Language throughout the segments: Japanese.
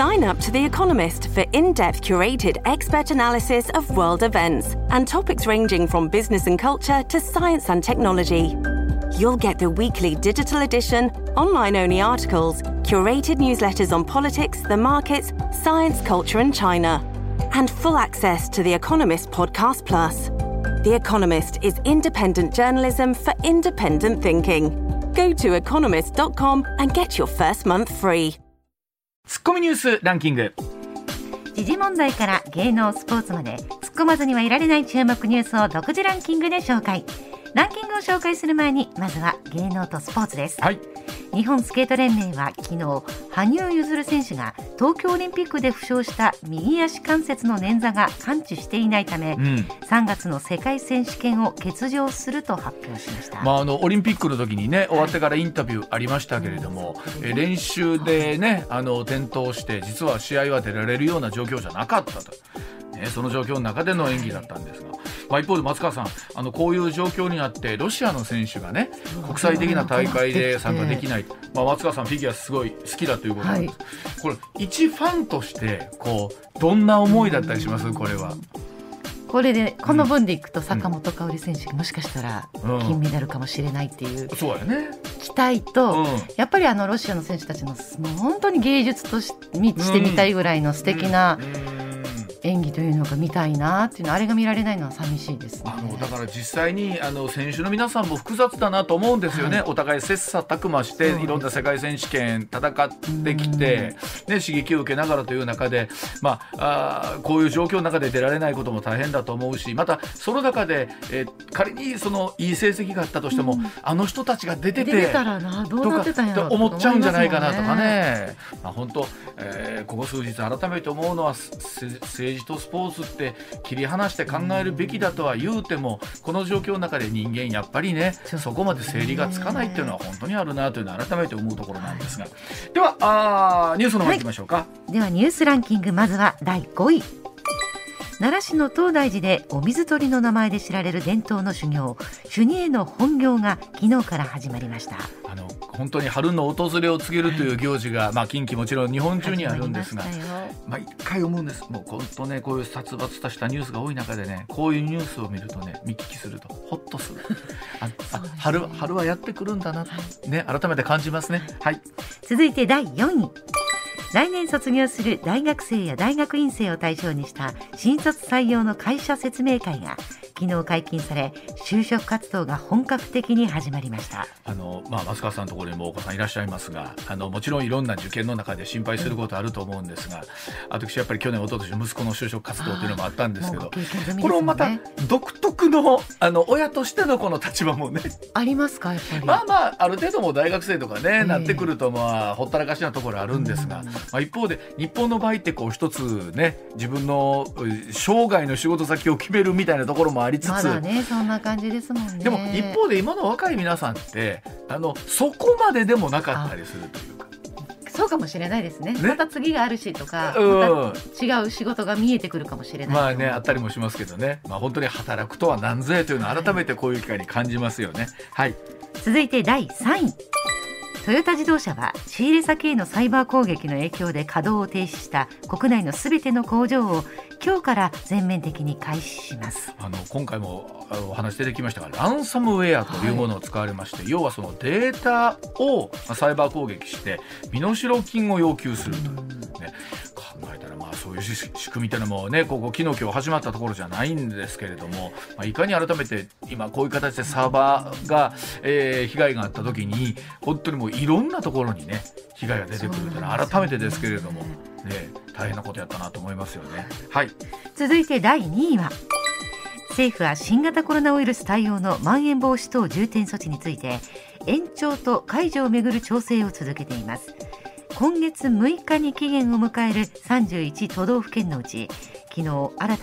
Sign up to The Economist for in-depth curated expert analysis of world events and topics ranging from business and culture to science and technology. You'll get the weekly digital edition, online-only articles, curated newsletters on politics, the markets, science, culture and China, and full access to The Economist Podcast Plus. The Economist is independent journalism for independent thinking. Go to economist.com and get your first month free. ツッコミニュースランキング。 時事問題から芸能スポーツまで突っ込まずにはいられない注目ニュースを独自ランキングで紹介。ランキングを紹介する前にまずは芸能とスポーツです、 はい、 日本スケート連盟は昨日羽生結弦選手が東京オリンピックで負傷した右足関節の捻挫が完治していないため、3月の世界選手権を欠場すると発表しました、 オリンピックの時にね終わってからインタビューありましたけれども、練習でね転倒して実は試合は出られるような状況じゃなかったと、その状況の中での演技だったんですが、一方で松川さんこういう状況になってロシアの選手がね国際的な大会で参加できない、松川さんフィギュアすごい好きだということなんです、これ一ファンとしてどんな思いだったりします？これはこれでこの分でいくと坂本花織選手がもしかしたら金メダルかもしれないっていうそうやね期待と、やっぱりロシアの選手たちのもう本当に芸術として見たいぐらいの素敵な演技というのが見たいなっていうの、あれが見られないのは寂しいですね。 だから実際に選手の皆さんも複雑だなと思うんですよね、お互い切磋琢磨していろんな世界選手権戦ってきて、刺激を受けながらという中で、こういう状況の中で出られないことも大変だと思うし、またその中で、仮にそのいい成績があったとしても、あの人たちが出てたらなどうなってたんやろと思っちゃうんじゃないかなとかね、本当、ここ数日改めて思うのは政治とスポーツって切り離して考えるべきだとは言うても、この状況の中で人間やっぱりねそこまで整理がつかないっていうのは本当にあるなというのを改めて思うところなんですが、ではニュースの方に行きましょうか、 ではニュースランキング、まずは第5位。奈良市の東大寺でお水取りの名前で知られる伝統の修行、修二会の本行が昨日から始まりました。 本当に春の訪れを告げるという行事が、近畿もちろん日本中にあるんですが、毎回思うんです。もう本当ねこういう殺伐としたニュースが多い中でね、こういうニュースを見るとね、見聞きするとホッとする春はやってくるんだな、ね、改めて感じますね。はい、 続いて第4位。来年卒業する大学生や大学院生を対象にした新卒採用の会社説明会が昨日解禁され、就職活動が本格的に始まりました。 松川さんのところにもお子さんいらっしゃいますが、もちろんいろんな受験の中で心配することあると思うんですが、私やっぱり去年一昨年息子の就職活動というのもあったんですけど、これもまた独特の親としてのこの立場もねありますか？やっぱりある程度も大学生とかね、なってくるとほったらかしなところあるんですが、一方で日本の場合って一つね自分の生涯の仕事先を決めるみたいなところもありつつ、 まだねそんな感じですもんね。 でも一方で今の若い皆さんってそこまででもなかったりするというか、 そうかもしれないですね。また次があるしとか、また違う仕事が見えてくるかもしれないあったりもしますけどね、本当に働くとは何ぞやというのを改めてこういう機会に感じますよね。はい、 続いて第3位。トヨタ自動車は仕入れ先へのサイバー攻撃の影響で稼働を停止した国内のすべての工場を今日から全面的に開始します。 今回もお話出てきましたが、ランサムウェアというものを使われまして、要はそのデータをサイバー攻撃して身代金を要求するという、考えたらそういう仕組みというのもね、ここ昨日今日始まったところじゃないんですけれども、いかに改めて今こういう形でサーバーが、被害があった時に本当にもういろんなところにね被害が出てくるというのは改めてですけれども、大変なことやったなと思いますよね。はい、 続いて第2位は、政府は新型コロナウイルス対応のまん延防止等重点措置について延長と解除をめぐる調整を続けています。今月6日に期限を迎える31都道府県のうち、昨日新たに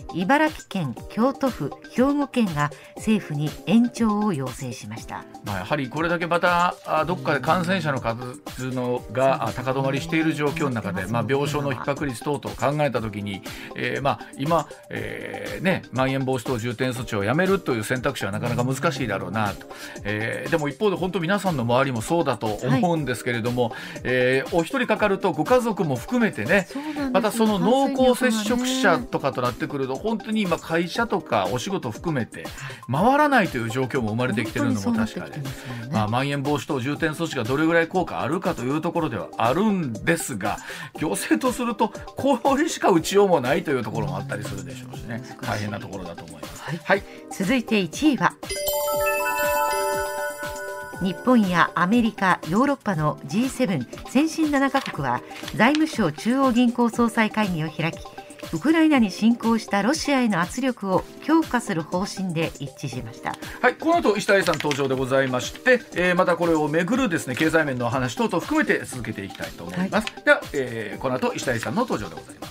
茨城県、京都府、兵庫県が政府に延長を要請しました。 やはりこれだけまたどっかで感染者の数が高止まりしている状況の中で、病床の逼迫率等々を考えたときに、今、まん延防止等重点措置をやめるという選択肢はなかなか難しいだろうなと、でも一方で本当皆さんの周りもそうだと思うんですけれども、お一人かかるとご家族も含めてね、またその濃厚接触者とかとなってくると本当に今会社とかお仕事含めて回らないという状況も生まれてきているのも確かで、まん延防止等重点措置がどれぐらい効果あるかというところではあるんですが、行政とするとこれしか打ちようもないというところもあったりするでしょうしね、大変なところだと思います。 続いて1位は日本やアメリカ、ヨーロッパの G7 先進7カ国は財務省中央銀行総裁会議を開き、ウクライナに侵攻したロシアへの圧力を強化する方針で一致しました。 この後石田英さん登場でございまして、またこれをめぐるですね、経済面の話等々含めて続けていきたいと思います。では、この後石田英さんの登場でございます。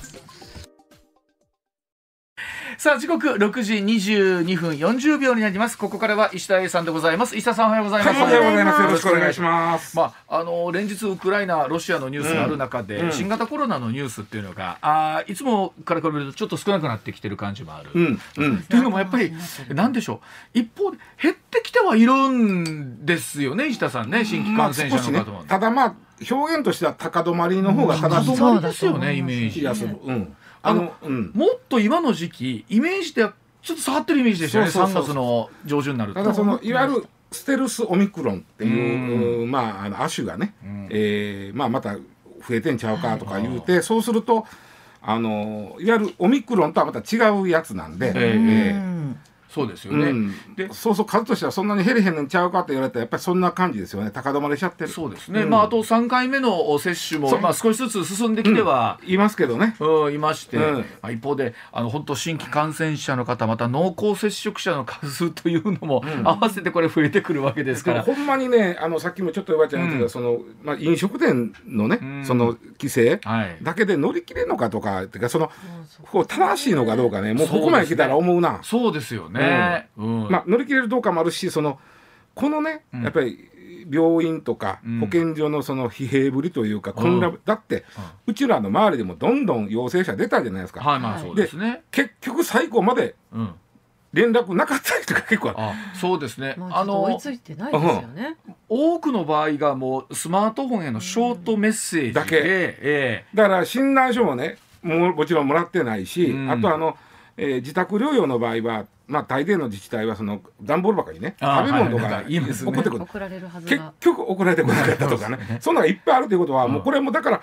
さあ時刻6時22分40秒になります。ここからは石田英さんでございます。石田さんおはようございます。 おはようございます。よろしくお願いします。 連日ウクライナロシアのニュースがある中で、新型コロナのニュースっていうのがいつもから比べるとちょっと少なくなってきてる感じもある、というのもやっぱり何でしょう、一方で減ってきてはいるんですよね、石田さんね、新規感染者の方も、 ただ表現としては高止まりの方が正しい、 高止まりですよね、イメージがする。もっと今の時期イメージではちょっと下がってるイメージでしたよね。3月の上旬になると、 ただいわゆるステルスオミクロンっていう亜種がね、また増えてんちゃうかとか言うて、そうするといわゆるオミクロンとはまた違うやつなんで、 そうですよね、 で数としてはそんなに減れへんのんちゃうかって言われたらやっぱりそんな感じですよね。高止まりしちゃってる。 そうですね、あと3回目の接種も少しずつ進んできていますけどね、 いまして、一方で本当新規感染者の方、また濃厚接触者の数というのも合わせてこれ増えてくるわけですから、 ほんまにね、さっきもちょっと言われちゃいましたけど、飲食店のね、その規制だけで乗り切れるのかとか、ってか正しいのかどうかね、もうここまで来たら思うな。 そうですよね、 乗り切れるどうかもあるし、このね、やっぱり病院とか保健所のその疲弊ぶりというか、だってうちらの周りでもどんどん陽性者出たじゃないですか。 そうですね。 結局最後まで連絡なかった人が結構ある。 そうですね。 追いついてないですよね。 多くの場合がもうスマートフォンへのショートメッセージだけ、だから診断書もね、もちろんもらってないし、あと自宅療養の場合は大抵の自治体は段ボール箱にね、食べ物とか送ってくる、 送られるはず結局送られてこなかったとかね、そんなのがいっぱいあるということは、もうこれもだから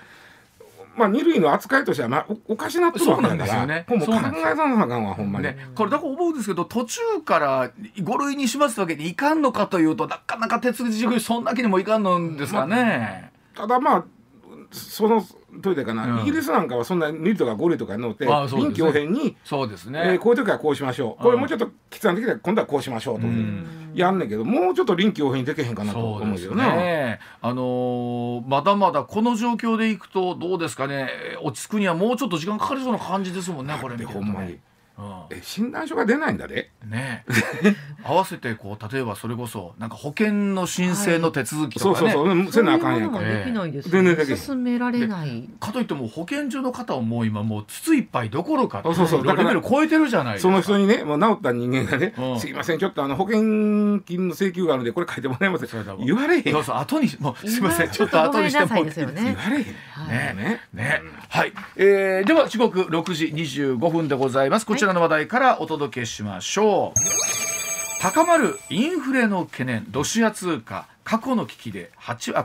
2類の扱いとしてはおかしなってるわけだから、もう考えさなあかんわ、ほんまに。 これだから思うんですけど、途中から5類にしますわけにいかんのかというと、なかなか手続きそんだけにもいかんのですかね。 ただどうでかな、イギリスなんかはそんな2類とか5類とかのって臨機応変に、こういう時はこうしましょう、これもうちょっときつな時は今度はこうしましょうとやんねんけど、もうちょっと臨機応変にできへんかなと思うけどね。 まだまだこの状況でいくとどうですかね、落ち着くにはもうちょっと時間かかりそうな感じですもんね、これ見てるとね。ほんまに診断書が出ないんだね。 合わせて例えばそれこそなんか保険の申請の手続きとかね、 せなあかんやんか。 できないですね。進められない。 かといっても保健所の方はもう今筒いっぱいどころかレベル超えてるじゃないですか。 その人にね、もう治った人間がね、すいませんちょっと保険金の請求があるのでこれ書いてもらえません、言われへん。 後にすいませんちょっと後にしてもらって言われへんね。 はい、では時刻6時25分でございます。こちらの話題からお届けしましょう。高まるインフレの懸念、ロシア通貨過去の危機で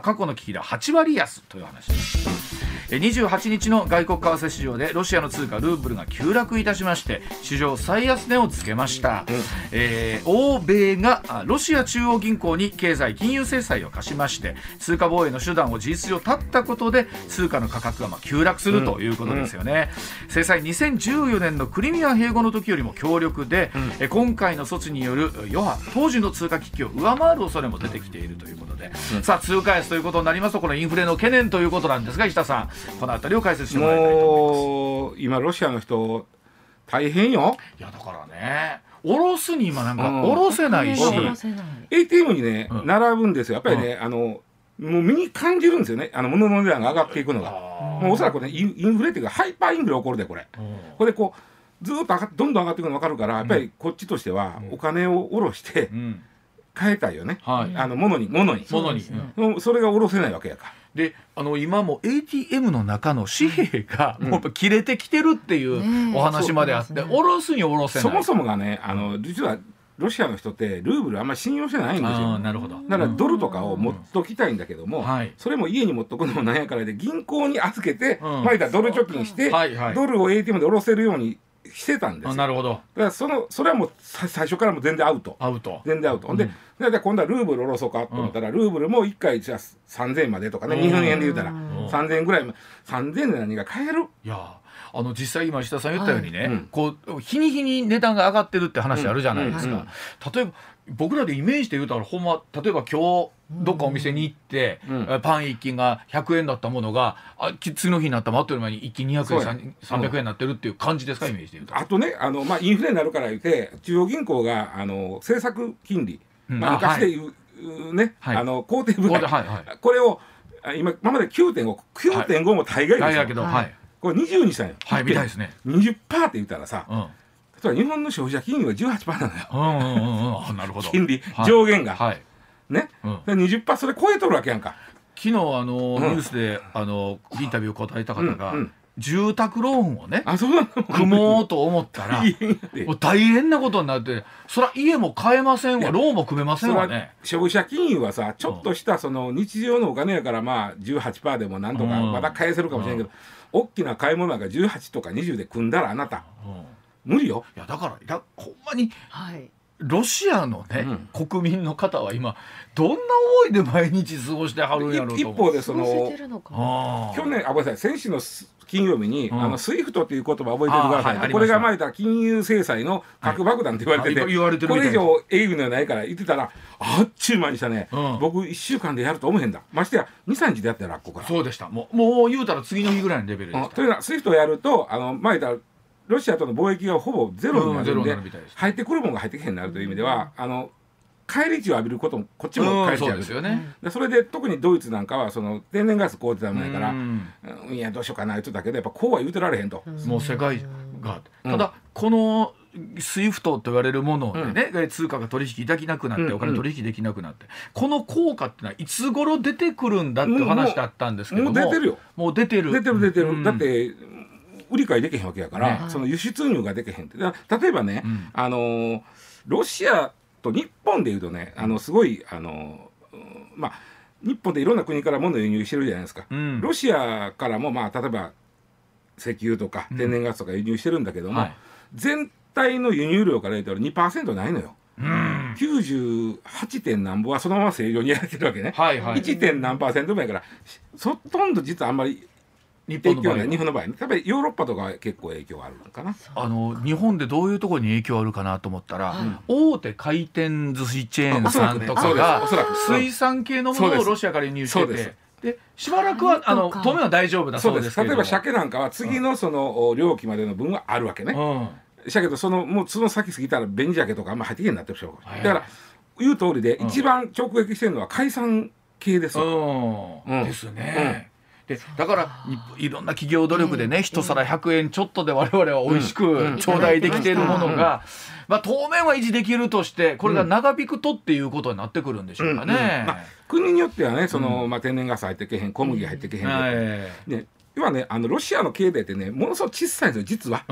8割安という話です。28日の外国為替市場でロシアの通貨ルーブルが急落いたしまして、史上最安値をつけました。欧米がロシア中央銀行に経済金融制裁を課しまして、通貨防衛の手段を事実上断ったことで通貨の価格が急落するということですよね。制裁2014年のクリミア併合の時よりも強力で、今回の措置による当時の通貨危機を上回る恐れも出てきているということで、さあ通貨安ということになりますと、このインフレの懸念ということなんですが、石田さんこのあたりを解説してもらいたいと思います。 もう今ロシアの人大変よ。 いやだからね、下ろすに今なんか下ろせないし、 ATM にね並ぶんですよ。やっぱりね、もう身に感じるんですよね、物の値段が上がっていくのが。もうおそらくねインフレっていうかハイパーインフレ起こるでこれ。これでこうずっとどんどん上がっていくの分かるから、やっぱりこっちとしてはお金を下ろして変えたいよね、物にそれが下ろせないわけやから。 で今も ATM の中の紙幣がもうやっぱ切れてきてるっていうお話まであって、下ろすに下ろせない。 そもそもがね実はロシアの人ってルーブルあんまり信用してないんですよ。 なるほど。 だからドルとかを持っときたいんだけども、それも家に持っとくのもなんやからで銀行に預けて、まだドル貯金して、ドルを ATM で下ろせるようにしてたんですよ。 なるほど。 だからそれはもう最初からもう全然アウト。全然アウト。ほんで今度はルーブル下ろそうかと思ったら、ルーブルも1回じゃあ3000円までとかね、日本円で言うたら3000円ぐらい、3000円で何が買える。 いや実際今石田さん言ったようにね、こう日に日に値段が上がってるって話あるじゃないですか。例えば僕らでイメージで言うたらほんま、例えば今日どっかお店に行って、パン1斤が100円だったものが次の日になったらあっという間に1斤200円300円になってるっていう感じですか、イメージで言うと。 あとねインフレになるから言って中央銀行が政策金利、昔で言うね、公定部合、これを今まで 9.5 も大概ですよ。これ20にしたんよ。 みたいですね。 20% って言ったらさ、例えば日本の消費者金利は 18% なのよ。 なるほど。 金利上限がね、20% それ超えとるわけやんか。 昨日ニュースでインタビュー答えた方が住宅ローンをね組もうと思ったらもう大変なことになって、そりゃ家も買えませんわ、ローンも組めませんわね。 消費者金融はさちょっとしたその日常のお金やから18% でもなんとかまだ返せるかもしれんけど、大きな買い物が18とか20で組んだらあなた無理よ。 いやだからほんまにロシアのね、国民の方は今どんな思いで毎日過ごしてはるんやろうと思う。 一方で去年ごめんなさい、先週の金曜日にスイフトっていう言葉覚えてるください。これが前だ金融制裁の核爆弾って言われてて、これ以上英語のないから言ってたらあっちゅう間にしたね。僕1週間でやると思えへんだ。ましてや 2,3 日でやったらここから。 そうでした。もう言うたら次の日ぐらいのレベルでした。 というのはスイフトをやると前だロシアとの貿易がほぼゼロになるんで、入ってくるものが入ってけへんなるという意味では返り血を浴びることもこっちも返り血を浴びる。 そうですよね。 それで特にドイツなんかはその天然ガス買うてたもんやからいやどうしようかな言うとだけどやっぱこうは言うてられへんと。 もう世界がただこのスイフトと言われるものでね、通貨が取引できなくなってお金取引できなくなってこの効果ってのはいつ頃出てくるんだって話だったんですけども、 もう出てるよ。 もう出てる。 だって売り買いできへんわけやから、その輸出入ができへんって。例えばね、ロシアと日本でいうとねすごい日本でいろんな国から物を輸入してるじゃないですか。ロシアからも例えば石油とか天然ガスとか輸入してるんだけども、全体の輸入量から言うと 2% ないのよ。98. 点何ぼはそのまま正常にやれてるわけね。1. 点何%ぐらいからほとんど実はあんまり日本の場合ね、やっぱりヨーロッパとかは結構影響あるのかな。 日本でどういうところに影響あるかなと思ったら、大手回転寿司チェーンさんとかが水産系のものをロシアから輸入してて、でしばらくは当面は大丈夫だそうですけれども、 例えば鮭なんかは次のその漁期までの分はあるわけね。だけどもうその先過ぎたら紅鮭とかあんま入ってけになってるでしょ。だから言う通りで一番直撃してるのは海産系ですよ。 ですね。だからいろんな企業努力でね、一皿100円ちょっとで我々は美味しく頂戴できているものが当面は維持できるとして、これが長引くとっていうことになってくるんでしょうかね。 国によってはね天然ガス入ってけへん、小麦入ってけへんね。今ねロシアの経済ってねものすごく小さいんですよ実は。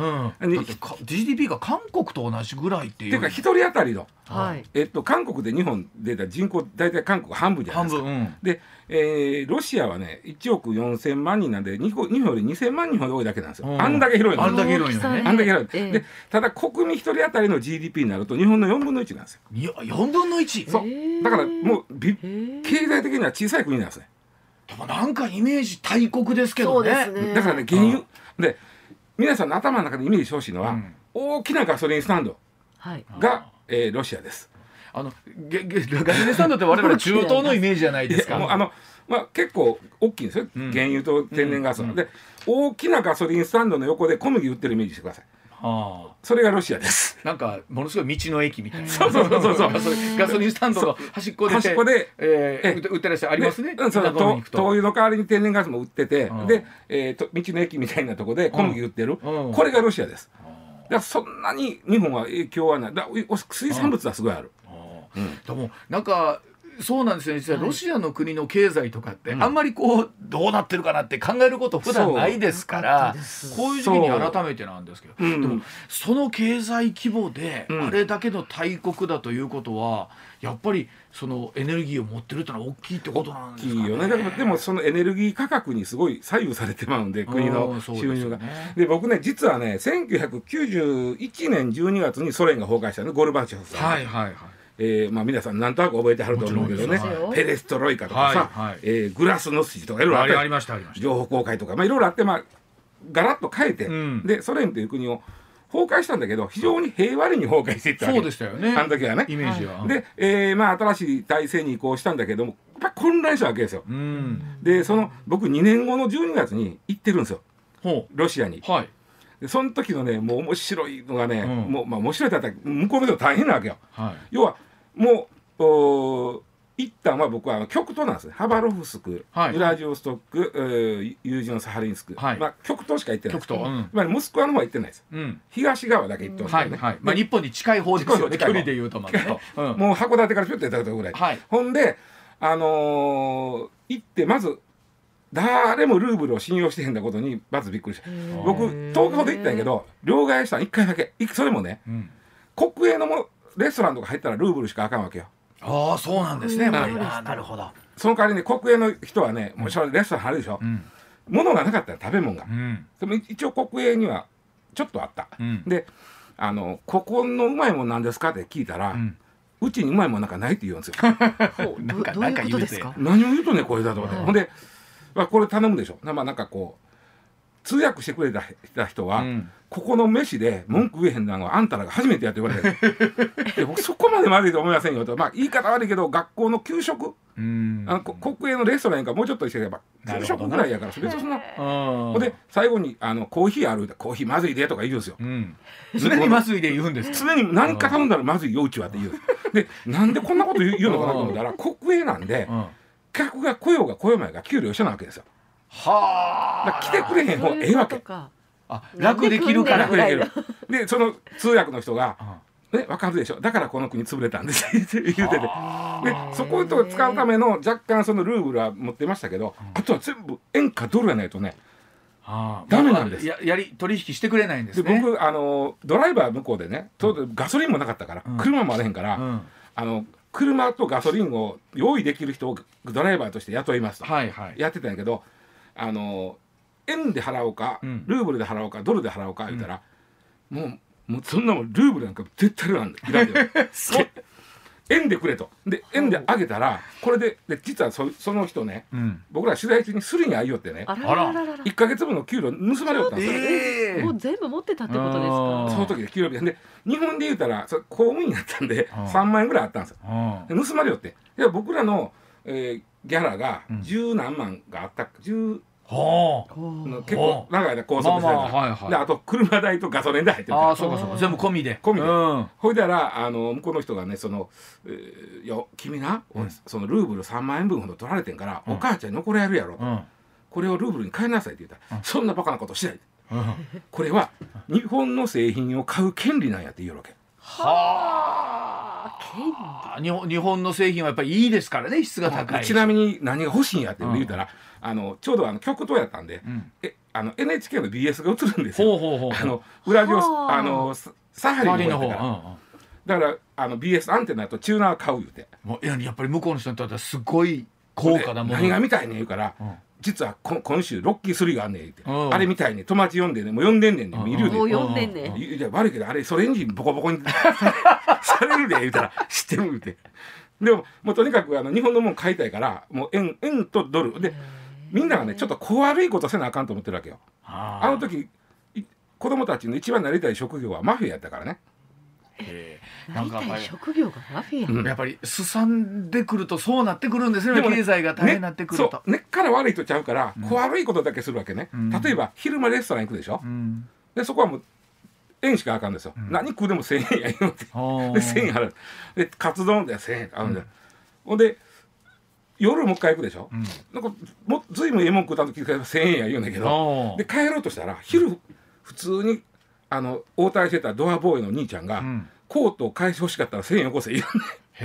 GDP が韓国と同じぐらいっていう。 ていうか一人当たりの韓国で日本で人口大体韓国半分じゃないですか。でロシアはね1億4000万人なんで日本より2000万人ほど多いだけなんですよ。あんだけ広いの。 あんだけ広い。でただ国民一人当たりの GDP になると日本の4分の1なんですよ。 4分の 1？ そうだからもう経済的には小さい国なんですね。 なんかイメージ大国ですけどね。 だからね原油で皆さんの頭の中でイメージしてほしいのは、大きなガソリンスタンドが、ロシアです。 ガソリンスタンドって我々中東のイメージじゃないですか。 結構大きいんですよ、原油と天然ガスは。で大きなガソリンスタンドの横で小麦売ってるイメージしてください。 それがロシアです。 なんかものすごい道の駅みたいな。 そうガソリンスタンドの端っこで売ってらっしゃるありますね。 灯油の代わりに天然ガスも売ってて、で道の駅みたいなとこで小麦売ってる、これがロシアです。だからそんなに日本は影響はない。水産物はすごいある。 でもなんかそうなんですよね。実はロシアの国の経済とかってあんまりこうどうなってるかなって考えること普段ないですから、こういう時期に改めてなんですけど、でもその経済規模であれだけの大国だということはやっぱりそのエネルギーを持ってるってのは大きいってことなんですかね。 大きいよね。だからでもそのエネルギー価格にすごい左右されてまうんで、国の収入が。で僕ね実はね1991年12月にソ連が崩壊したの、ゴルバチョフさん。皆さんなんとなく覚えてはると思うけどね、ペレストロイカとかさ、グラスノスチとかいろいろありました。情報公開とかいろいろあって、ガラッと変えて、でソ連という国を崩壊したんだけど非常に平和に崩壊していったわけ。 そうでしたよね、 あの時はね、 イメージは。 で、新しい体制に移行したんだけどもやっぱ混乱したわけですよ。で僕2年後の12月に行ってるんですよ、ロシアに。でその時のねもう面白いのがね、もう面白いだったら向こうの人大変なわけよ。要はもう一旦は僕は極東なんですね。ハバロフスク、ウラジオストック、ユージノサハリンスク、極東しか行ってないです。モスクワの方は行ってないです。東側だけ行ってますね。 日本に近い方ですよね、距離でいうと。もう函館からピュッと行ったぐらい。ほんで行ってまず誰もルーブルを信用してへんだことにまずびっくりした。僕10日ほど行ったんやけど両替したの1回だけ。それもね、国営のレストランとか入ったらルーブルしかあかんわけよ。 ああそうなんですね。なるほど。 その代わりに国営の人はね、もうレストランあるでしょ、物がなかったら食べ物が、でも一応国営にはちょっとあった。でここのうまいもんなんですかって聞いたら、うちにうまいもんなんかないって言うんですよ。 どういうことですか。 何を言うとねこれだと思って。ほんでこれ頼むでしょ。なんかこう通訳してくれた人は、ここの飯で文句言えへんのはあんたらが初めてやって言われて僕そこまで悪いと思いませんよと。言い方悪いけど学校の給食、国営のレストランやからもうちょっとしてれば給食ぐらいやから別にそんな。ほんで最後にコーヒーあるってコーヒーまずいでとか言うんですよ。 常にまずいで言うんです。 常に何か頼んだらまずいようちはって言う。でなんでこんなこと言うのかなと思ったら国営なんで客が来ようが来ようまいが給料一緒なわけですよ。来てくれへん方がええわけ。 楽できるから。 でその通訳の人が「分かるでしょ、だからこの国潰れたんです」って言うてて、でそこを使うための若干そのルーブルは持ってましたけど、あとは全部円かドルやないとねダメなんです。 取引してくれないんですね。 で僕ドライバー向こうでね、ガソリンもなかったから車もあれへんから、車とガソリンを用意できる人をドライバーとして雇いますとやってたんやけど、円で払おうか、ルーブルで払おうかドルで払おうか言ったら、もうそんなもんルーブルなんか絶対なんだ円でくれと。で円であげたらこれで実はその人ね、僕ら取材中にスリに会いよってね、1ヶ月分の給料盗まれよったんですよ。 もう全部持ってたってことですか。 その時で給料日で日本で言うたら公務員やったんで3万円ぐらいあったんですよ。盗まれよって。僕らのギャラが十何万があった。結構長い間拘束してたから。あと車代とガソリン代入ってるから。 そうか全部込みで。 ほいだら向こうの人がね君なそのルーブル3万円分ほど取られてんからお母ちゃんに怒られるやろと、これをルーブルに変えなさいって言ったら、そんなバカなことしない。これは日本の製品を買う権利なんやって言うわけ。 日本の製品はやっぱりいいですからね、質が高い。 ちなみに何が欲しいんやって言うたら、ちょうど極東やったんで、NHK の BS が映るんですよ。ウラジオサハリンの方やったから。だから BS アンテナとチューナー買う言うて。 やっぱり向こうの人にとってはすごい高価なもの。 何が見たいね言うから、実は今週ロッキー3があんねんって、あれみたいに友達読んでね、もう読んでんねんね、見るで。 もう読んでんねん。 いや悪いけどあれそれエンジンボコボコにされるで言うたら知ってる言うて。でもとにかく日本のもん買いたいからもう円とドルでみんながねちょっと小悪いことせなあかんと思ってるわけよ。あの時子供たちの一番なりたい職業はマフィアやったからね。 なりたい職業がマフィア。 やっぱりすさんでくるとそうなってくるんですね。経済が大変になってくると根っから悪い人ちゃうから小悪いことだけするわけね。例えば昼間レストラン行くでしょ。でそこはもう円しかあかんですよ、何食うでも1000円や言うてで1000円払うでカツ丼で1000円あるんで、ほんで夜もう一回行くでしょ、なんかもうずいぶんええもん食うた時から1000円や言うんだけど、で帰ろうとしたら昼普通に応対してたドアボーイの兄ちゃんが、コートを返してほしかったら1000円よこせ言うね。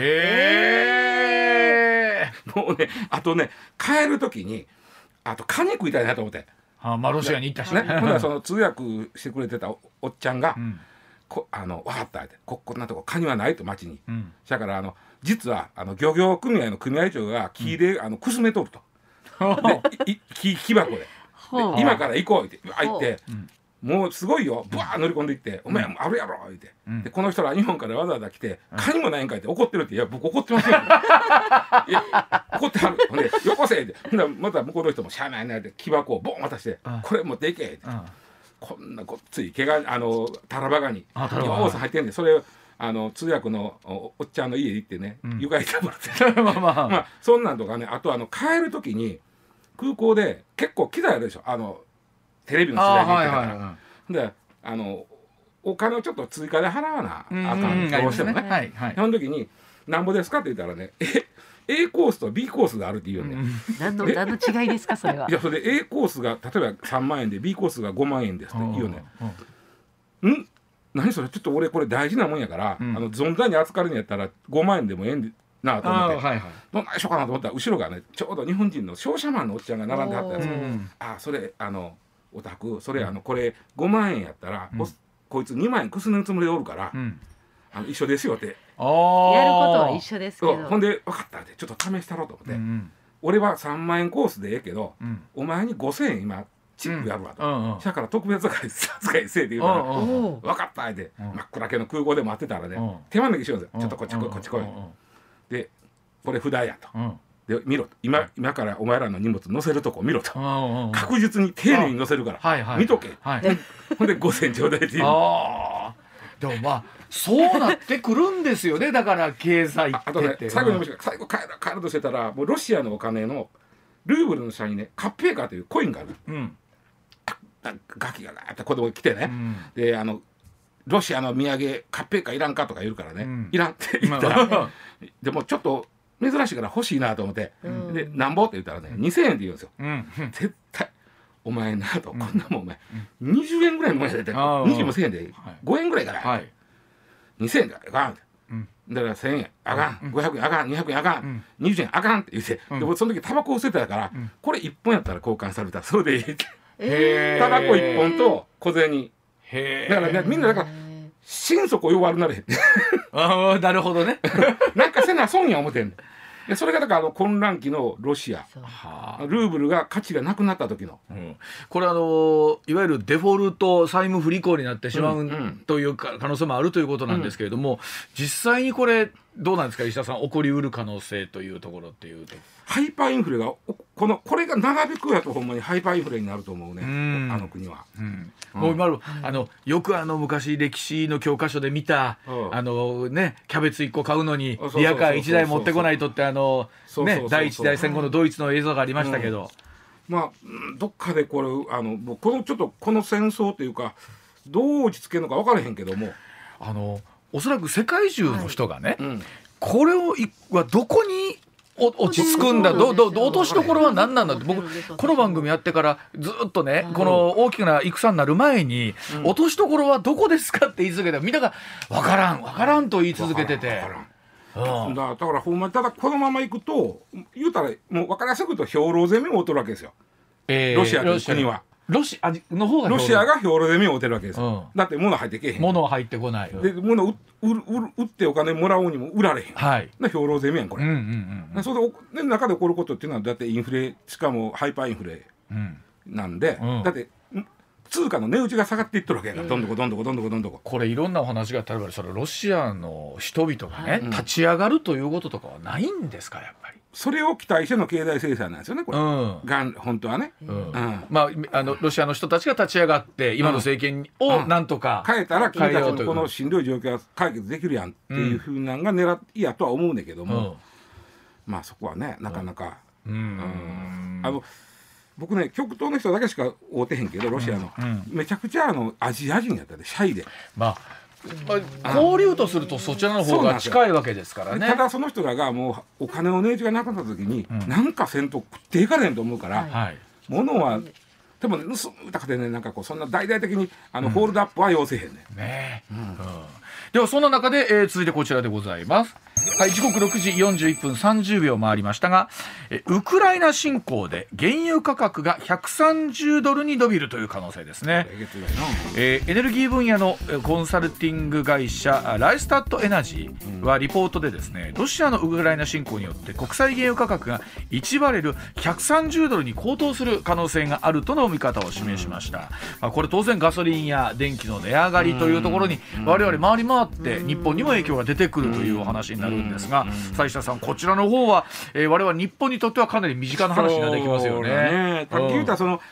へえ。もうね、あとね、帰る時にあとカニ食いたいなと思って、 まあロシアに行ったしね。 ほんならその通訳してくれてた おっちゃんが、分かったって、こんなとこカニはないと町に、だから実は漁業組合の組合長が木でくすめとると、で木箱で今から行こうって入って、もうすごいよ、ブワー乗り込んでいって「お前あるやろ」って、でこの人ら日本からわざわざ来て「カニもないんかい」って怒ってるって「いや僕怒ってますよ」いや怒ってはる。ほんで「よこせ」ってほんでまた向こうの人も「しゃあないな」って木箱をボン渡して「これ持っていけ」って、こんなごっつい毛がタラバガニようさ入ってんで、それ通訳の おっちゃんの家行ってね、床に食べてまあそんなんとかね。あと帰る時に空港で結構機材あるでしょ、テレビの取材に行ってたから、でお金をちょっと追加で払わなあかん、どうしてもね。その時に「なんぼですか?」って言ったらねA コースと B コースがあるって言うんで、 何の違いですかそれは。 いやそれで A コースが例えば3万円で B コースが5万円ですって言うね。何それ、ちょっと俺これ大事なもんやから、存在に扱われるんやったら5万円でもええんなと思って、どんなにしようかなと思ったら後ろがねちょうど日本人の商社マンのおっちゃんが並んではったやつ、それお宅それこれ5万円やったら、こいつ2万円くすねるつもりでおるから、一緒ですよってやることは一緒ですけど、 ほんで分かったってちょっと試したろうと思って、俺は3万円コースでええけど、お前に5000円今チップやるわと、だから特別扱いせえって言うから分かったって真っ暗けの空港で待ってたらね、手招きしようんですよ。ちょっとこっち来いこっち来いで、これ札やと、で見ろと、今からお前らの荷物乗せるとこ見ろと、確実に丁寧に乗せるから見とけ、ほんで5000ちょうだいって言う。 でもまあそうなってくるんですよね。だから経済ってあとね、 最後に最後帰るとしてたら、もうロシアのお金のルーブルの下にねカッペーカーというコインがある、ガキがガーって子供来てね、でロシアの土産カッペーカーいらんかとか言うからね、いらんって言ったらでもちょっと珍しいから欲しいなと思って、でなんぼって言ったらね2000円って言うんですよ。絶対お前なと、こんなもんお前20円ぐらいのもんやでって、20も1000円で5円ぐらいから2000円であかんって、だから1000円あかん、500円あかん、200円あかん、20円あかんって言って、でもその時タバコを捨てたから、これ1本やったら交換されたらそれでいいって、タバコ1本と小銭だからね、みんなだから心底弱るなれへんなるほどねなんかせな損や思ってんねん。でそれがだから混乱期のロシア、ルーブルが価値がなくなった時の、 これいわゆるデフォルト債務不履行になってしまうという可能性もあるということなんですけれども、実際にこれどうなんですか石田さん、起こりうる可能性というところっていうと、 ハイパーインフレがこれが長引くやとほんまにハイパーインフレになると思うね、あの国は。 もう今よく昔歴史の教科書で見たキャベツ1個買うのにリヤカー1台持ってこないとって第一次大戦後のドイツの映像がありましたけど、 まあどっかでこれちょっとこの戦争というかどう落ち着けるのか分からへんけども、 おそらく世界中の人がね、これはどこに落ち着くんだ、落としどころは何なんだって、僕この番組やってからずっとね、この大きな戦になる前に、落としどころはどこですかって言い続けて、みんなが分からんと言い続けてて、 だからほんまにただこのままいくと言うたらもう分かりやすく言うと兵糧攻めを負ってるわけですよ、ロシアという国は。ロシアが兵糧攻めを負ってるわけですよ、だって物入ってけえへん、 物入ってこないで、物売ってお金もらおうにも売られへん、兵糧攻めやんこれ。それで中で起こることっていうのはだってインフレ、しかもハイパーインフレなんで、だって通貨の値打ちが下がっていってるわけやから、どんどここれいろんなお話が、例えばロシアの人々がね、立ち上がるということとかはないんですか、やっぱり。 それを期待しての経済制裁なんですよね、これ、本当はね。 ロシアの人たちが立ち上がって今の政権をなんとか変えたら君たちのこのしんどい状況は解決できるやんっていうふうなのが狙いやとは思うんだけども、まあそこはねなかなか僕ね極東の人だけしか会うてへんけどロシアの、めちゃくちゃアジア人やったでシャイで、 交流とするとそちらの方が近いわけですからね。 ただその人らがもうお金の値打ちがなくなった時に、なんかせんと食っていかれんと思うから、物はでもね盗むたくてねなんかこうそんな大々的にホールドアップは要せへんね。 ではそんな中で、続いてこちらでございます。はい、時刻6時41分30秒回りましたが、ウクライナ侵攻で原油価格が$130に伸びるという可能性ですね。エネルギー分野のコンサルティング会社ライスタッドエナジーはリポートでですね、ロシアのウクライナ侵攻によって国際原油価格が1バレル$130に高騰する可能性があるとの見方を示しました。これ当然ガソリンや電気の値上がりというところに我々回り回って日本にも影響が出てくるというお話になるんですが、斉下さんこちらの方は、我々日本にとってはかなり身近な話になってきますよね。 さっき言ったその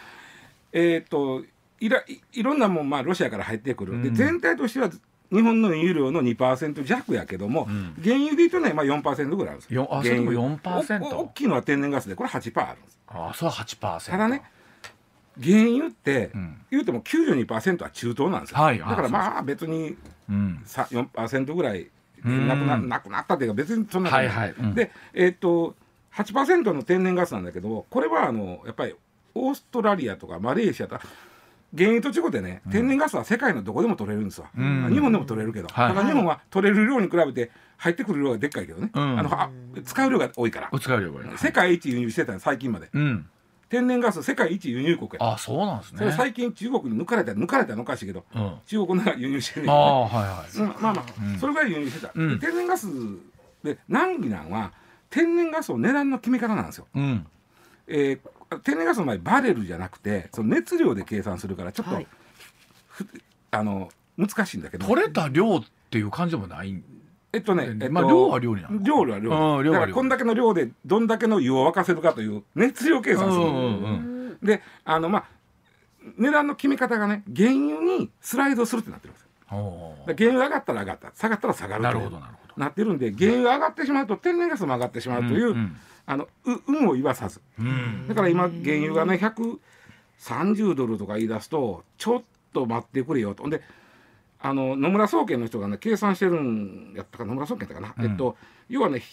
いろんなもんロシアから入ってくる、で全体としては日本の輸入量の 2% 弱やけども、原油で言うとね、4% ぐらいあるんですよ。 それも 4%。 大きいのは天然ガスでこれ 8% あるんです。 そう 8%。 ただね原油って、言うても 92% は中東なんですよ。だから別に、4% ぐらいなくなったっていうか別にそんなことない。で8% の天然ガスなんだけど、これはやっぱりオーストラリアとかマレーシアとか原油と違ってね、天然ガスは世界のどこでも取れるんですわ。日本でも取れるけど、ただ日本は取れる量に比べて入ってくる量がでっかいけどね、使う量が多いから世界一輸入してたの最近まで。天然ガス世界一輸入国や。 そうなんですね。 それ最近中国に抜かれたのおかしいけど、中国が輸入してる。それぐらい輸入してた。天然ガスで難儀なんは天然ガスの値段の決め方なんですよ。天然ガスの場合バレルじゃなくてその熱量で計算するからちょっと、難しいんだけど、 取れた量っていう感じでもない。 量は量になる。量は量。だからこんだけの量でどんだけの湯を沸かせるかという熱量計算する。で値段の決め方がね原油にスライドするってなってるんですよ。原油上がったら上がった、下がったら下がるとなってるんで、原油上がってしまうと天然ガスも上がってしまうという運を言わさず。だから今原油がね$130とか言い出すとちょっと待ってくれよと。で野村総研の人がね計算してるんやったか、野村総研だかな、要はね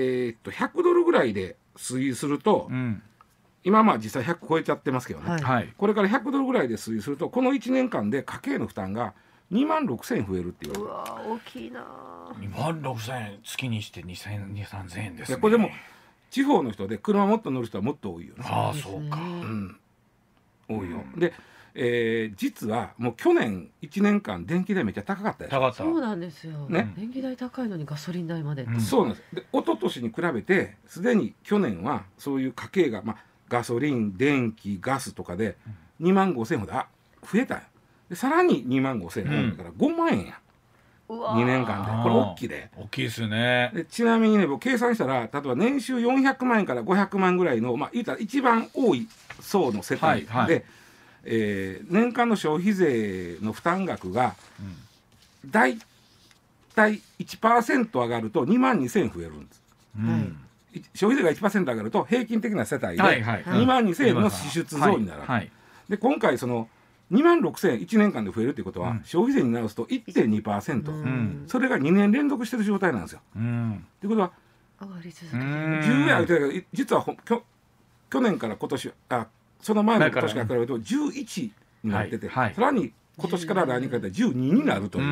$100ぐらいで推移すると、今実際100超えちゃってますけどね、これから$100ぐらいで推移するとこの1年間で家計の負担が26,000円増えるっていう。 うわ大きいな。 26,000円月にして2,000-3,000円ですね。 これでも地方の人で車もっと乗る人はもっと多いよね。 そうか、 多いよ。で実はもう去年1年間電気代めっちゃ高かったでしょ。 そうなんですよ、電気代高いのにガソリン代まで、 そうなんです。で一昨年に比べてすでに去年はそういう家計が、ガソリン電気ガスとかで25,000円ほど増えたよ。でさらに25,000円だから5万円や、2年間で。これ大きいで。 大きいですよね。 でちなみにね僕計算したら例えば年収400万円から500万ぐらいの言うたら一番多い層の世帯で、年間の消費税の負担額がだいたい 1% 上がると22,000円増えるんです。消費税が 1% 上がると平均的な世帯で22,000円の支出増になる。で今回その26,000円1年間で増えるということは、消費税に直すと 1.2%、それが2年連続してる状態なんですよ。ということは上がり続けてる。 10円上げてるけど実は去年から今年その前の年から比べると11になってて、さらに今年から来年から12になるという、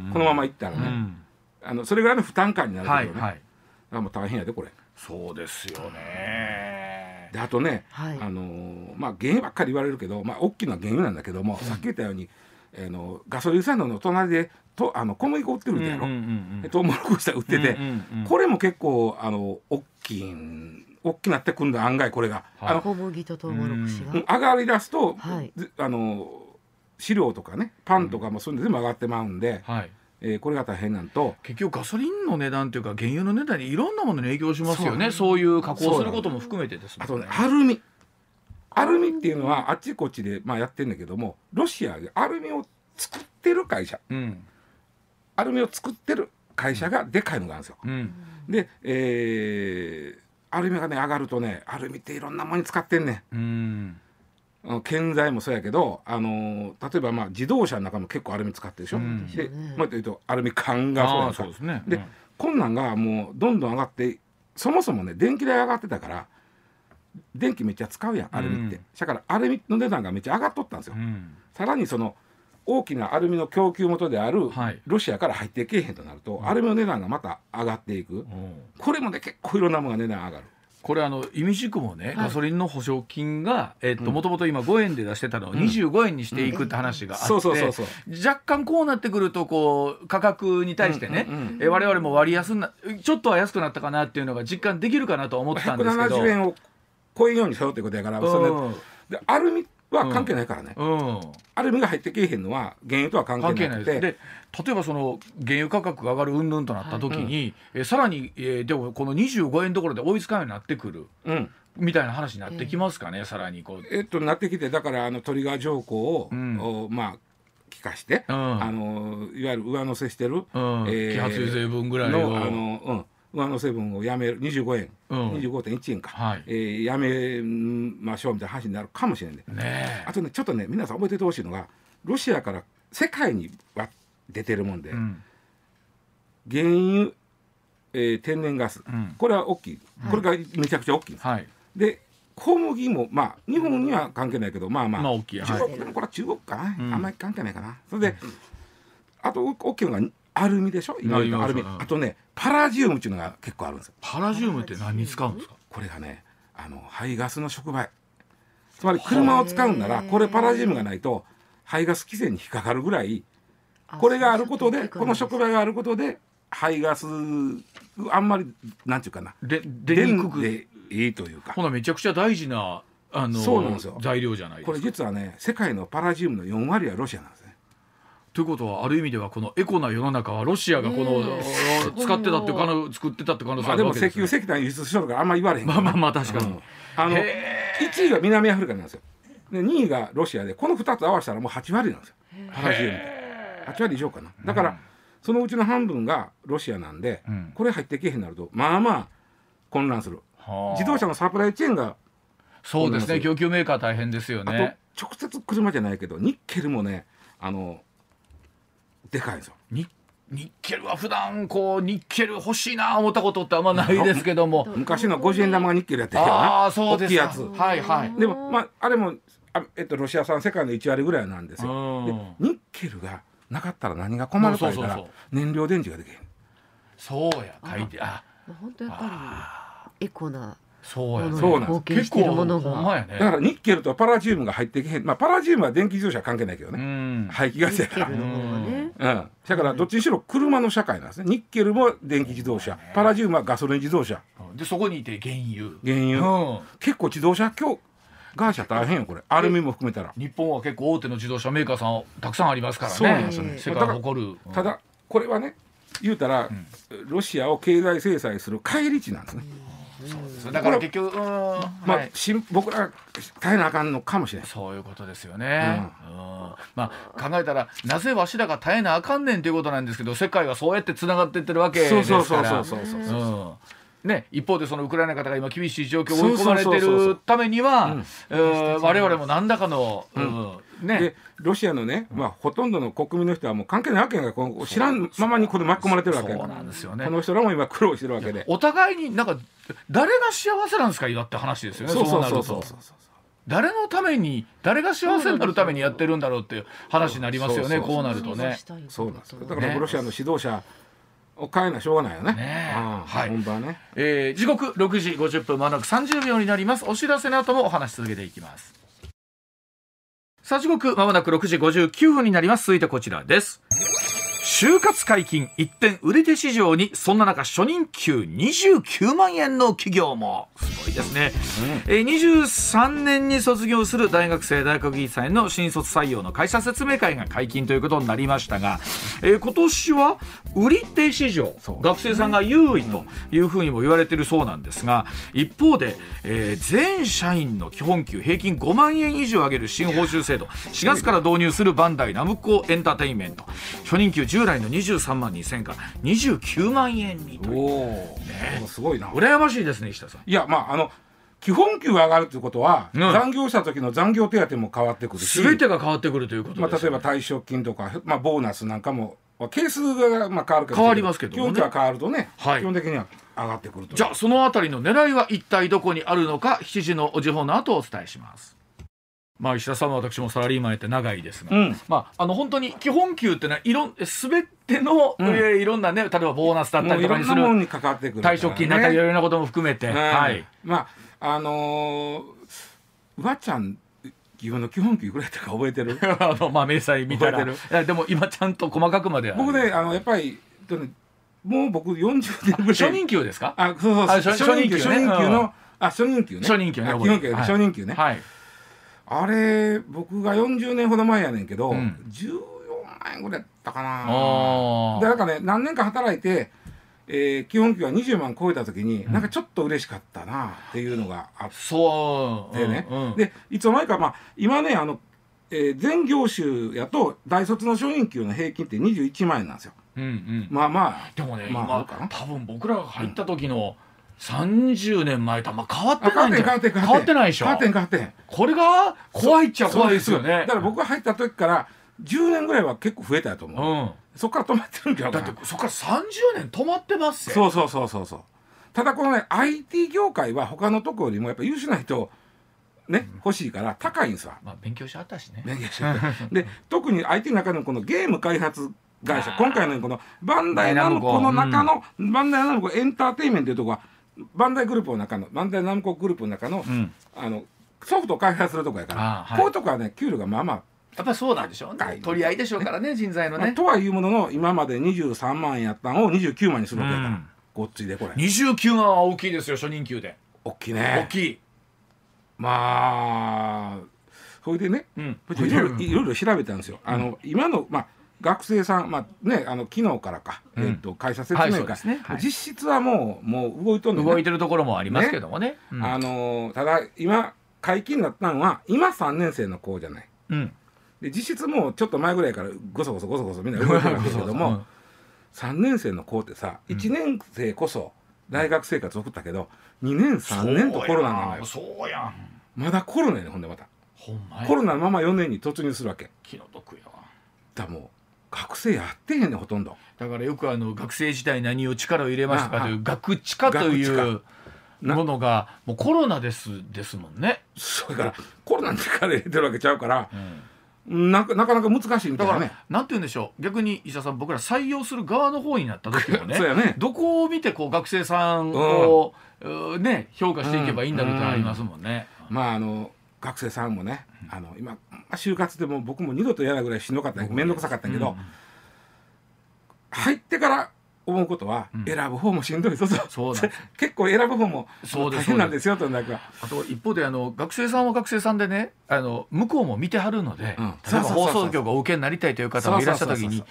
このままいったらね、それぐらいの負担感になるけどね、もう大変やでこれ。 そうですよね。 であとね、原油ばっかり言われるけど、大きな原油なんだけども、さっき言ったようにガソリンスタンドの隣で小麦粉売ってるんだよ、トウモロコシ売ってて、これも結構大きなってくるんだ案外これが。 小麦とトウモロコシが上がりだすと、飼料とかねパンとかもそういうの全部上がってまうんで、これが大変なんと、 結局ガソリンの値段というか原油の値段にいろんなものに影響しますよね。そういう加工することも含めてですね。 あとねアルミっていうのはあっちこっちでやってるんだけども、ロシアでアルミを作ってる会社、アルミを作ってる会社がでかいのがあるんですよ。でアルミがね上がるとね、アルミっていろんなものに使ってんね。 建材もそうやけど、例えば自動車の中も結構アルミ使ってるでしょ、で言うとアルミ缶がそうやんか。 そうですね。 でこんなんがもうどんどん上がって、そもそもね電気代上がってたから電気めっちゃ使うやんアルミって、だからアルミの値段がめっちゃ上がっとったんですよ、さらにその大きなアルミの供給元であるロシアから入ってけえへんとなると、アルミの値段がまた上がっていく、これもね結構いろんなものが値段上がる。 これ意味軸もね、ガソリンの保証金がもともと今5円で出してたのを25円にしていくって話があって、若干こうなってくるとこう価格に対してね、我々も割安なちょっとは安くなったかなっていうのが実感できるかなとは思ってたんですけど、 170円を超えるようにしようってことやから、でアルミは関係ないからね、アルミが入ってけえへんのは原油とは関係なくて、 で例えばその原油価格が上がる云々となった時に、さらに、でもこの25円どころで追いつかないようになってくる、みたいな話になってきますかね、さらにこうなってきて、だからトリガー条項を、聞かして、いわゆる上乗せしてる、 揮発油税分ぐらいの上乗せ分をやめる25円、25.1 円か、やめましょうみたいな話になるかもしれないね。あとねちょっとね皆さん覚えておいてほしいのが、ロシアから世界には出てるもんで、原油、天然ガス、これは大きい、これがめちゃくちゃ大きいんです、で小麦も日本には関係ないけど大きい、 中国、これは中国かな、あんまり関係ないかな。それであと大きいのがアルミでしょ、今アルミ。あとねパラジウムっていうのが結構あるんですよ。 パラジウムって何に使うんですか？ これがね排ガスの触媒、つまり車を使うならこれパラジウムがないと排ガス規制に引っかかるぐらい、これがあることで、この触媒があることで排ガスあんまりなんていうかな出にくくでいいというか、 ほなめちゃくちゃ大事なそうなんですよ、 材料じゃないですか。 これ実はね世界のパラジウムの4割はロシアなんですね。 ということはある意味ではこのエコな世の中はロシアがこの使ってたっていう作ってたって可能性あるわけですね。 でも石油石炭輸出しとるからあんまり言われへん。 確かに、 1位が南アフリカなんですよ。で2位がロシアで、この2つ合わせたらもう8割なんですよ、パラジウムって8割以上かな。だからそのうちの半分がロシアなんで、これ入ってけへんなると混乱する。自動車のサプライチェーンがそうですね、供給メーカー大変ですよね。 あと直接車じゃないけどニッケルもねでかいんですよ。 ニッケルは普段こうニッケル欲しいな思ったことってあんまないですけども、 昔の50円玉がニッケルやってるからな、 そうですか、 大きいやつ、でもあれもロシア産世界の1割ぐらいなんですよ。でニッケルがなかったら何が困るか言ったら燃料電池ができへん。 そうや書いて本当やっぱりエコなそうなん貢献しているものが、 だからニッケルとパラジウムが入ってけへん。パラジウムは電気自動車は関係ないけどね、排気ガスやから、だからどっちにしろ車の社会なんですね。ニッケルも電気自動車、パラジウムはガソリン自動車で、そこにいて原油、結構自動車会社大変よこれ、アルミも含めたら。 日本は結構大手の自動車メーカーさんたくさんありますからね。 そうなんですよね、 世界誇る。 ただこれはね言うたら、ロシアを経済制裁する返り値なんですね。 だから結局僕ら耐えなあかんのかもしれない。 そういうことですよね、考えたらなぜわしらが耐えなあかんねんということなんですけど、世界はそうやってつながっていってるわけですからね。一方でそのウクライナの方が今厳しい状況を追い込まれているためには我々も何らかのでロシアのね、ほとんどの国民の人はもう関係ないわけが知らんままにこれ巻き込まれてるわけ。 そうなんですよね。 この人らも今苦労してるわけで、 お互いに誰が幸せなんですか今って話ですよね。そうなると誰のために誰が幸せになるためにやってるんだろうっていう話になりますよね。こうなるとね。 そうなんです。だからロシアの指導者を変えなしょうがないよね。本当はね。 時刻6時50分まもなく30秒になります。お知らせの後もお話し続けていきます。さあ時刻まもなく6時59分になります。続いてこちらです。就活解禁一転売り手市場に、そんな中初任給29万円の企業も。すごいですね、23年に卒業する大学生大学院生の新卒採用の会社説明会が解禁ということになりましたが、今年は売り手市場、学生さんが優位というふうにも言われているそうなんですが、一方で、全社員の基本給平均5万円以上上げる新報酬制度4月から導入するバンダイナムコエンターテインメント、初任給従来の23万2000円から29万円にという、 すごいな。 羨ましいですね石田さん。 いや基本給が上がるということは、残業した時の残業手当も変わってくるし、 全てが変わってくるということです、 例えば退職金とか、ボーナスなんかも係数が変わるけど、 変わりますけどね、 基本給が変わるとね、基本的には上がってくると。 じゃあそのあたりの狙いは一体どこにあるのか、7時の時報の後お伝えします。石田さんは私もサラリーマンやって長いですが、本当に基本給ってのは全ての、いろんなね、例えばボーナスだったりとかにする、退職金なんかいろいろなことも含めて、 うばちゃん自分の基本給いくらやったか覚えてる？ 明細見たらでも今ちゃんと細かくまで僕ね、やっぱりもう僕40年ぐらい。 初任給ですか？ 初任給の初任給ね、 初任給ね、 基本給初任給ね、あれ僕が40年ほど前やねんけど、14万円ぐらいやったかな。でなんかね、何年か働いて、基本給が20万超えた時に、なんかちょっと嬉しかったなっていうのがあってね、でいつの間にか、今ね全業種やと大卒の初任給の平均って21万円なんですよ。 でもね、今多分僕らが入った時の30年前と変わってないんじゃない？変わってないでしょ。 変わってん。 これが怖いっちゃ怖いですよね。 だから僕が入った時から10年ぐらいは結構増えたと思う。そこから止まってるんじゃないかな。 だってそこから30年止まってますよ。そう。ただこのね IT 業界は他のところよりもやっぱ優秀な人ね、欲しいから高いんですわ。 勉強しあったしね。 で特に IT の中のこのゲーム開発会社、今回のこのバンダイナムコの中の、バンダイナムコエンターテインメントというところはバンダイグループの中のバンダイナムコグループの中の、ソフトを開発するとこやから、こういうとこはね給料がやっぱりそうなんでしょうね。取り合いでしょうからね、人材のね。 とはいうものの今まで23万円やったのを29万にするわけやから、ごっついでこれ 29万は大きいですよ、初任給で。 大きいね。 大きい。 それでね、いろいろ調べたんですよ。今の学生さん、昨日からか、会社説明会、実質はもう動いとんねんね。 動いてるところもありますけどもね。 ただ今解禁になったのは今3年生の子じゃない。で実質もうちょっと前ぐらいからごそごそみんな動いてるんですけども、3年生の子ってさ、1年生こそ大学生活送ったけど、2年3年とコロナなのよ。 そうやん。 まだコロナやね。ほんでまたコロナのまま4年に突入するわけ。 気の毒やわ。 だもう学生やってへんねん、ほとんど。 だからよく学生時代何を力を入れましたかという学知化というものがもうコロナですもんね。 それからコロナに力入れてるわけちゃうから、なかなか難しいみたいなね。 なんて言うんでしょう、逆に石田さん、僕ら採用する側の方になった時もねそうやね、 どこを見て学生さんを、評価していけばいいんだろうってありますもんね。 学生さんもね、今就活でも僕も二度とやらないぐらいしんどかった、面倒くさかったけど、入ってから思うことは、選ぶ方もしんどい。そう結構選ぶ方も大変なんですよ。とあと一方で学生さんは学生さんでね、向こうも見てはるので、例えば放送局をお受けになりたいという方がいらっしゃった時に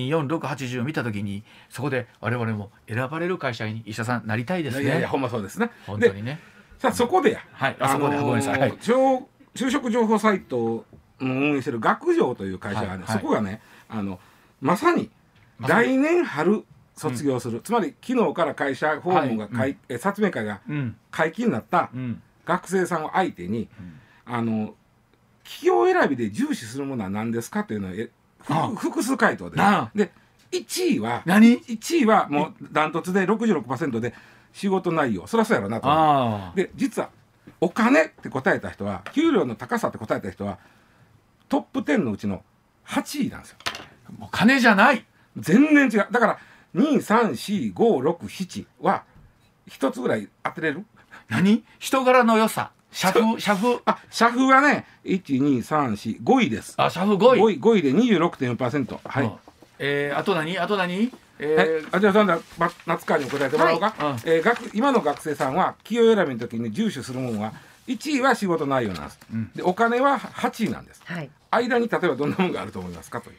24680見た時に、そこで我々も選ばれる会社に医者さんなりたいですね。 いやほんまそうですね。 本当にね。 さあそこでごめんなさい。 就職情報サイトを運営している学情という会社がね、そこがねまさに来年春卒業する、つまり昨日から会社訪問が説明会が解禁になった学生さんを相手に、企業選びで重視するものは何ですかというのを複数回答で、1位はもうダントツで 66% で仕事内容、そりゃそうやろなと。で実はお金って答えた人は、給料の高さって答えた人はトップ10のうちの8位なんですよ。 もう金じゃない、 全然違う。だから23456は一つぐらい当てれる？ 人柄の良さ、社風社風はね、12345位です。 社風5位で 26.4%。はい。 あと何？ じゃあ夏川に答えてもらおうか。今の学生さんは企業選びの時に重視するものは、1位は仕事内容なんです。でお金は8位なんです。間に例えばどんなものがあると思いますかという。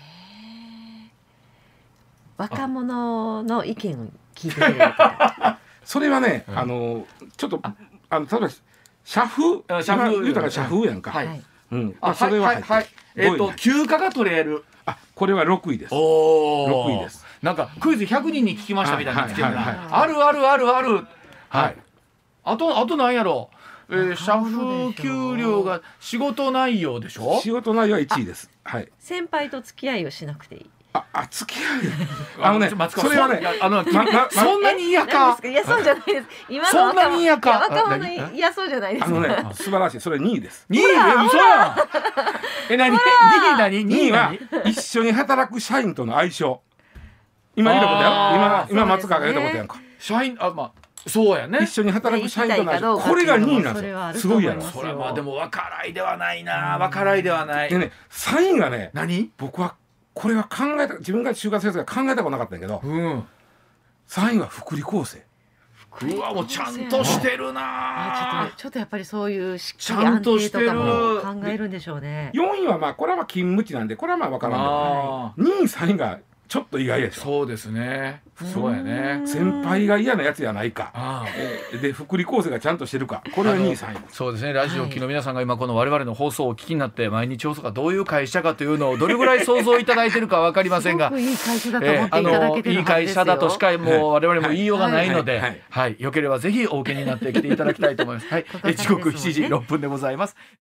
若者の意見を聞いてくれるかそれはね、ちょっと例えば社風言うたら社風やんか。それは休暇が取れる。 これは6位です。6位です。 なんかクイズ100人に聞きましたみたいな。ある。あと何やろう。 社風給料が仕事内容でしょ。 仕事内容は1位です。はい。 先輩と付き合いをしなくていい。 付き合いそれはねそんなに嫌か。 いやそうじゃないです。今のそんなに嫌か。 若者嫌そうじゃないですか。 素晴らしい。それ2位です。 2位嘘やん。何 2位は一緒に働く社員との相性。今言ったことやろ。今松川が言ったことやんか。 社員そうやね。 一緒に働く社員との相性。これが2位なんですよ。すごいやろ。 それはでも分からいではないな。分からいではない。 でね3位がね何僕はこれは自分が就活生が考えたことなかったんやけど、3位は福利厚生。 うわもうちゃんとしてるな。 ちょっとやっぱりそういうしっかり安定とかも考えるんでしょうね。 4位はこれは勤務地なんでこれは分からんけど、2位3位がちょっと意外でしょ。 そうですね。そうやね。 先輩が嫌なやつやないか、で福利厚生がちゃんとしてるか、これは2位3位。 そうですね。ラジオ機の皆さんが今この我々の放送をお聞きになって毎日放送がどういう会社かというのをどれぐらい想像いただいているか分かりませんが、 いい会社だと思っていただけてるはずですよ。 いい会社だとしかもう我々も言いようがないので、よければぜひお受けになってきていただきたいと思います。時刻7時6分でございます。